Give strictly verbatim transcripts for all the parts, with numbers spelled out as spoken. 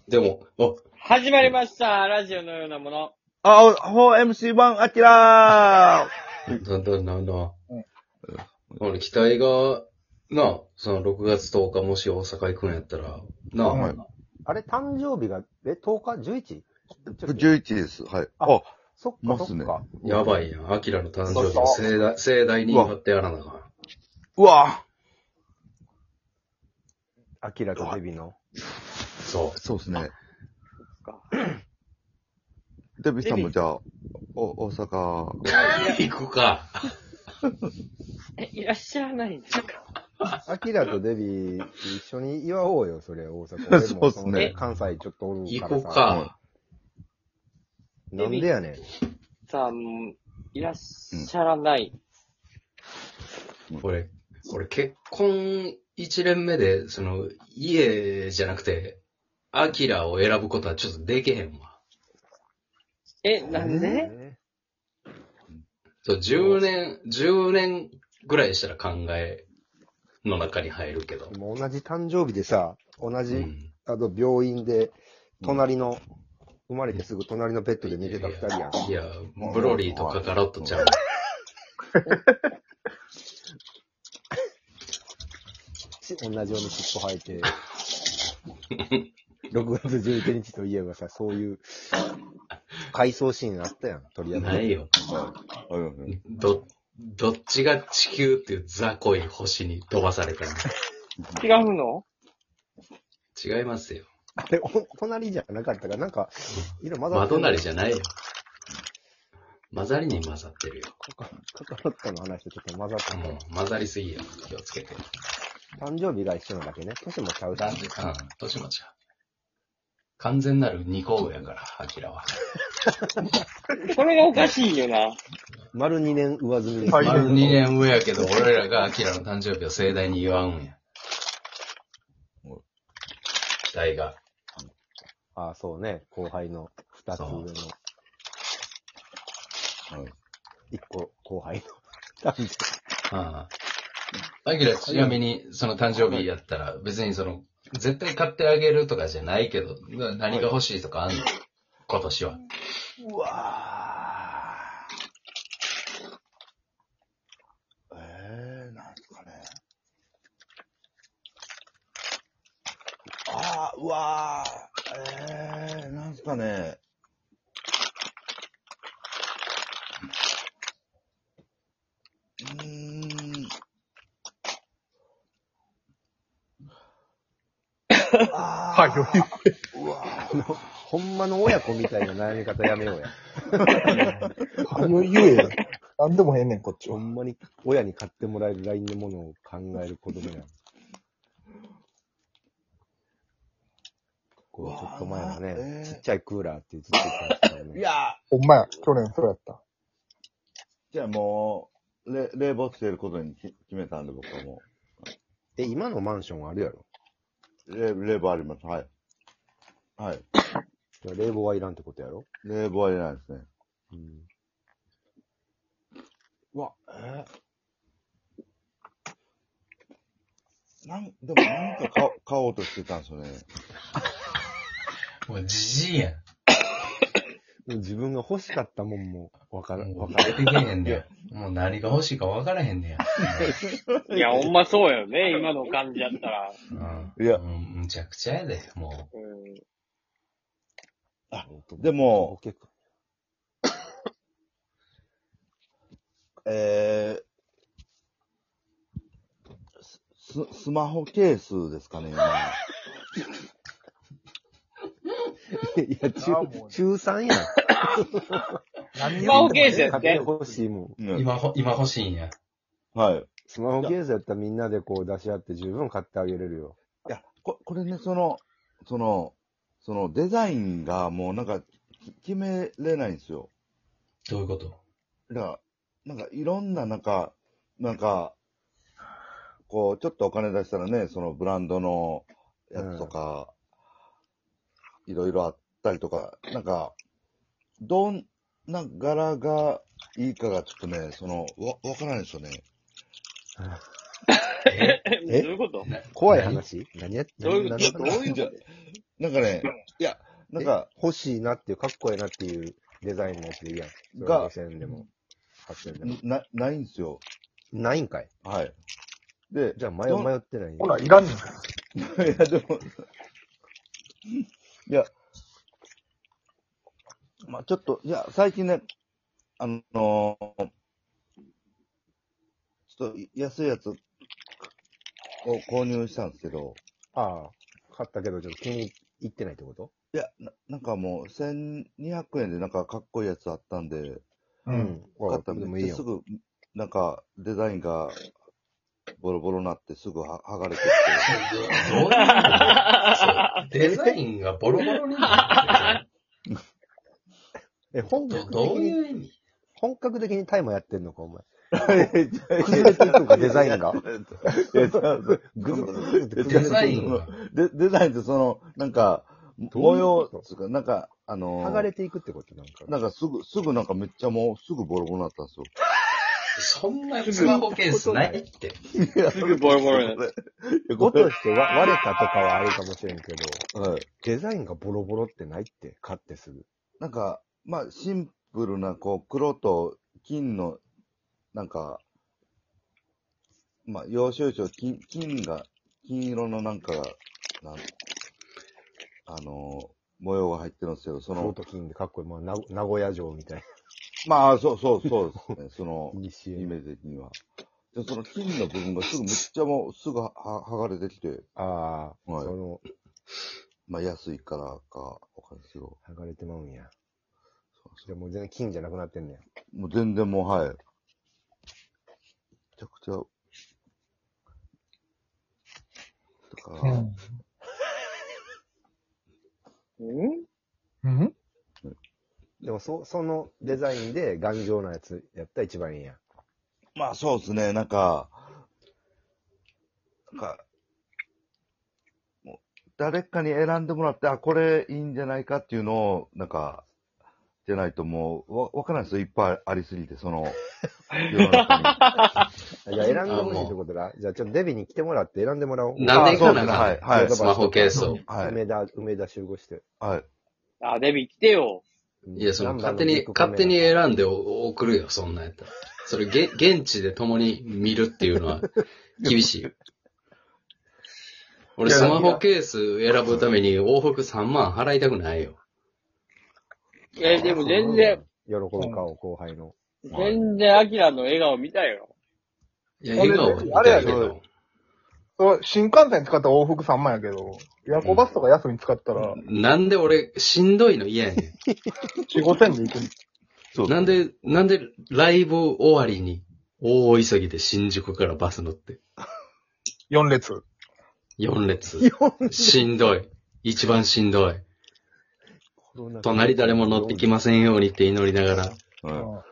でも、あ、 始まりました。ラジオのようなもの。 あ、フォーエムシーワン アキラーだ、だ、な、な。 うん俺、期待が、な、そのろくがつとおかもし大阪行くんやったら、な、 はいあれ、誕生日が、え、とおか ?じゅういち? じゅういちです。はい。 ああ、 そっか、 ますねそっか。 やばいやん。アキラの誕生日を盛大、盛大に祝ってやらなあかん。 うわアキラとデビの。 そそうですね。 かデビさんもじゃあ、お、大阪。 う。行くか。 え、いらっしゃらないんですか？ アキラとデビ一緒に祝おうよ、それ、大阪。俺もそうっすねの関西ちょっとおる行こうからさ。 か。 なんでやねん。 さあ、もういらっしゃらない。 俺、俺結婚一年目で、その、家じゃなくて、アキラを選ぶことはちょっとできへんわ。 え、なんで？ えそう、じゅうねん、じゅうねんぐらいしたら考えの中に入るけどー。もう同じ誕生日でさ、同じ、 うん。 あの、病院で、隣の、生まれてすぐ隣のベッドで寝てた二人やん。 いや、ブロリーとカカロットちゃう。 し同じように尻尾生えて、ろくがつじゅういちにちといえばさ、そういう、回想シーンあったやん、とりあえず。 ないよ。 はいはいはいど、どっちが地球っていう雑魚い星に飛ばされたの？ 違うの？ 違いますよ。 あれ、お隣じゃなかったかなんか、色混ざって窓なりじゃゃないよ。混ざりに混ざってるよ。 カカロットの話とちょっと混ざってたよ。 うん、混ざりすぎよ。気をつけて。 誕生日が一緒なだけね。年もちゃうし。 うん、年もちゃう。完全なる二個上やから、アキラは。 それがおかしいよな。 丸にねん上積みです。 丸にねん上やけど、俺らがアキラの誕生日を盛大に祝うんや。期待が。 ああ、そうね。後輩の二つ上の。一個後輩の誕生日。 ああ。アキラ、ちなみに、その誕生日やったら、別にその、絶対買ってあげるとかじゃないけど、何が欲しいとかあんの？今年は。 うわーえー、なんすかね。あー、うわー、えー、なんすかね。うーん。あー、 はい、余裕。 うわー。 ほんまの親子みたいな悩み方やめようや。 あの言えよ。なんでもへんねん、こっちは。 ほんまに親に買ってもらえるラインのものを考える子供やん。こう、ちょっと前はうわーね、 えーちっちゃいクーラーってずっと言ってましたからね。 いやほんまや、去年そうやった。 じゃあもう、れ冷房つけることにき決めたんで、僕はもえ、今のマンションあるやろ？ う。冷冷房あります。はい。はい。 冷房はいらんってことやろ？ 冷房はいらないですね。 うん。 うわ、えー、なん、でもなんか買お買おうとしてたんですよね。 もうじじいやん。 自分が欲しかったもんもわから、 もうわから出てけへんねん。もう何が欲しいか分からへんねや。 いや、ほんまそうよね。今の感じやったら。 うん。 いやもうむちゃくちゃやで、もうん。 あ、でも、 結構えー、ス、スマホケースですかね、今。 いや、中あもう、 中さんやん。 何スマホケースやって買って。欲しいもん。 う。今ほ、今欲しいんや。 はい。 スマホケースやったらみんなでこう出し合って十分買ってあげれるよ。 いや、ここれね、その、その、そのデザインがもうなんかき決めれないんですよ。 どういうこと？ だから、なんかいろんななんか、なんか、こう、ちょっとお金出したらね、そのブランドのやつとか、いろいろあったりとか、なんか、どんな柄がいいかがちょっとね、その、わ、わからないですよね。 ええどういうこと？ 怖い話何やどういう何どういうこと？ なんかね、いや、なんか、 欲しいなっていう、かっこいいなっていうデザインのやつでいいやん。 がごせんえんでも、はっせんえんでも。 な、ないんですよ。 ないんかい。 はい。で、 じゃあ迷迷ってない。 ほら、いらんねん。 いや、でも、いや、まあちょっと、いや、最近ね、あのーちょっと安いやつを購入したんですけど、 ああ、買ったけど、ちょっと気に入ってないってこと？ いや、ななんかもうせんにひゃくえんでなんかかっこいいやつあったんで、 う。 うんん。 買ったらでもいいよめっちゃす。ぐ、なんかデザインがボロボロになってすぐは剥がれてどういう意味そうデザインがボロボロになってえ、本ど格どう的に、 いう意味本格的にタイマーやってんのか、お前。 て。 崩れていくんか、デザインが。 いやそうぐずぐずぐずってデ崩れていくザインが。 デデザインってその、なんか、 どういう模様ことつうか、なんか、あのー剥がれていくってことなんか。 なんかすぐ、すぐなんかめっちゃもうすぐボロボロになったんですよ。 そんなスマホケースないって。 いや、 すぐボロボロになる。いや、 ごことれとしてわ割れたとかはあるかもしれんけど、 はい。 デザインがボロボロってないって、買ってすぐ。 なんか、まあ、シンプルな、こう、黒と金の、なんか、まあ、要所要所、金、金が、金色のなんかが、なん、あのー模様が入ってるんですけど、そ黒の、 と金でかっこいい。まあ、な名古屋城みたいまあ、そうそう、そうですね、その、 な。西へ。 イメージ的には。で、その金の部分がすぐ、めっちゃもう、すぐは、は剥がれてきて、 ああ、 はいその、 まあ、安いからか、わかるんですけど、 剥がれてまうんや。じゃあもう全然金じゃなくなってんねや。 もう全然もう、はい。めちゃくちゃ、だから、 うん。 うんうんでも、そ、そのデザインで頑丈なやつやったら一番いいやん。 まあそうですね、なんか、なんか、もう誰かに選んでもらって、あ、これいいんじゃないかっていうのを、なんか、じゃないともう、わ、わからないですよ、いっぱいありすぎて、その、世の中に。 じゃあ選んでほしいってことだ。じゃあちょっとデビに来てもらって選んでもらおう。 なんで行かなあかんあそうですねはいはいスマホケースを。 はい。 梅田、梅田集合して。 はい。 あ、デビ来てよ。 いや、その、 ナンバー勝手に、 ビッグカメラ勝手に選んでお送るよ、そんなんやったら。それ、げ、現地で共に見るっていうのは、厳しい。俺、 いやスマホケース選ぶために往復さんまん払いたくないよ。 え、でも全然、 喜ぶ顔、後輩の。 全然アキラの笑顔見たよ。 いや、笑顔は見たいけど。 そう新幹線使ったら往復さんまんやけど、夜行バスとか休み使ったら、 なんで俺、しんどいの嫌やねよん、ごせんで行く。 そん。なんで、なんで、ライブ終わりに、大急ぎで新宿からバス乗って、 よん列。 よん列。しんどい。一番しんどい。隣誰も乗ってきませんようにって祈りながら。 う。はい。 うん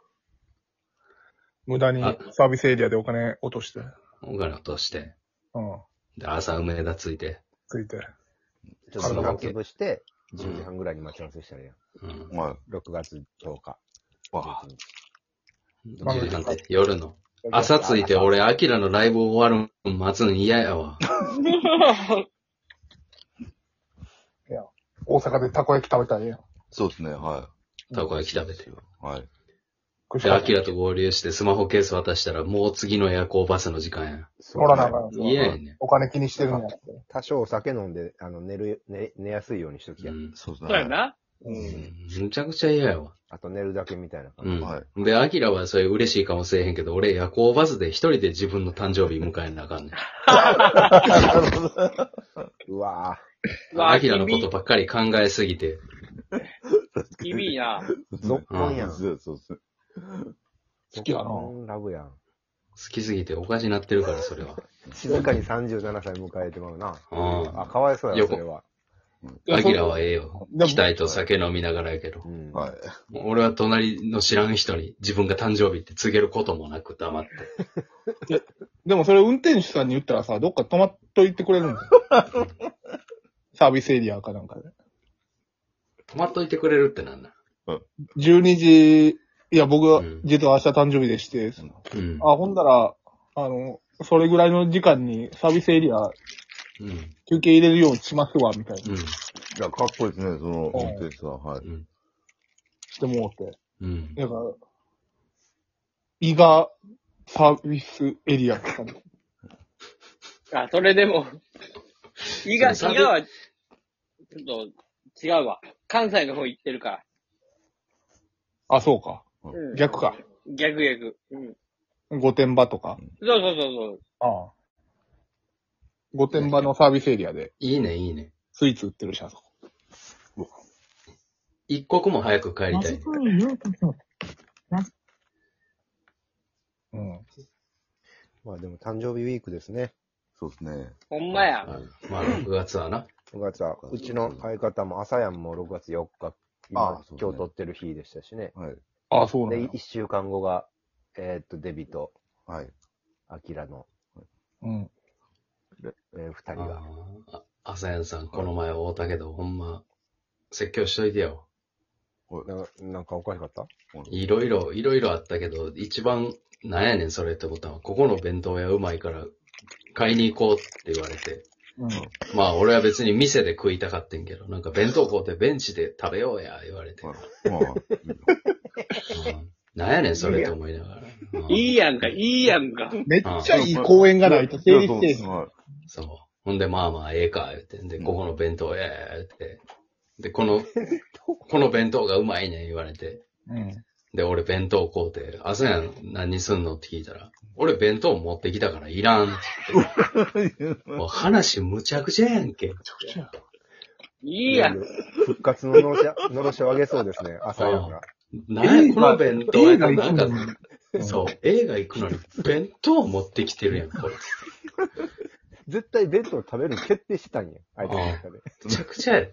無駄にサービスエリアでお金落として。 お金落として。 うん。 で、朝梅田着いて。 ついて。 ちょっと時間潰して、じゅうじはんぐらいに待ち合わせしたらいいやん。 うん。 はい。 ろくがつとおか。 わあじゅうじはんって夜の。朝着いて俺、アキラのライブ終わるの待つの嫌やわ。 大阪でたこ焼き食べたらええやん。 そうですね、はたこ焼き食べて。 い。はい。 で、アキラと合流してスマホケース渡したら、もう次の夜行バスの時間や。 ほらなんか、 嫌やねん。 お金気にしてるんやって。 多少お酒飲んで、あの、寝る、寝、寝やすいようにしときや。 うん。 そうですね。 そうやな。 うんむちゃくちゃ嫌やわ。 あと寝るだけみたいなう感じ。 ん。 はいで、アキラはそれ嬉しいかもしれへんけど、俺夜行バスで一人で自分の誕生日迎えなあかんねん。 うわうわアキラのことばっかり考えすぎて。 厳しいな。 ぁ。ぞっこんやん。 そうそうそう。 好きやなぞっこんラブやん。 好きすぎておかしなってるから、それは。 静かにさんじゅうななさい迎えてまうな。 うんあ、かわいそうやな、それは。 アキラはええよ。 でも期待と酒飲みながらやけど。 うん。 はい。 俺は隣の知らん人に自分が誕生日って告げることもなく黙って。 でもそれ運転手さんに言ったらさ、どっか泊まっといてくれるんだよ。サービスエリアかなんかで。 泊まっといてくれるってなんだ。 じゅうにじ、いや、僕はうん実は明日誕生日でして、 うん。 あ、ほんだら、あの、それぐらいの時間にサービスエリアうん。 休憩入れるようにしますわ、みたいな。 うん。 いや、かっこいいですね、その運転手さん。はい。 うん。 してもうて。 うん。 だから、伊賀サービスエリアとかね。 あ、それでも、伊賀、伊そう賀は、ちょっと違うわ。関西の方行ってるから。 あ、そうか。 うん、 逆か。 逆逆。うん。 御殿場とか。 そうそうそうそう。 ああ。御殿場のサービスエリアでいいね、いいね。 スイーツ売ってるし、あそこ。 一刻も早く帰りたい。 うん。 まあでも誕生日ウィークですね。 そうですね。 ほんまや。 はいまあ、ろくがつはな。 ろくがつは、うちの相方も朝やんもろくがつよっか、今、 ああそうね今日撮ってる日でしたしね。 はい。 ああ、そうなんで、 や。 いっしゅうかんごが、えーっと、デビとはい。 アキラの、 うん。 えー、二人が。 ああ、朝やんさん、この前会うたけど、ほんま、説教しといてよ。 ななんかおかしかった？ いろいろ、いろいろあったけど、一番、なんやねんそれって思ったのは、ここの弁当屋うまいから、買いに行こうって言われて。 うん。 まあ、俺は別に店で食いたかってんけど、なんか弁当買うてベンチで食べようや、言われて。 まあ、 うんなんやねんそれって思いながら。うんいいやんか、いいやんか。 めっちゃいい公園がないと成立せえへん。 はい。 そう。ほんで、まあまあ、ええか、言って。で、ここの弁当屋や、言って。で、この、この弁当がうまいねん、言われて。 うん。 で、俺弁当買うて、朝やん何すんのって聞いたら、俺弁当持ってきたからいらんって。もう話むちゃくちゃやんけ。 いいやん。 復活ののろし、のろしをあげそうですね、朝やんが。 なんやこの弁当やから、なん映画行くのか、そう、映画行くのに弁当持ってきてるやん、これ。 絶対弁当食べるの決定したんや、相手の中で。 むちゃくちゃやっ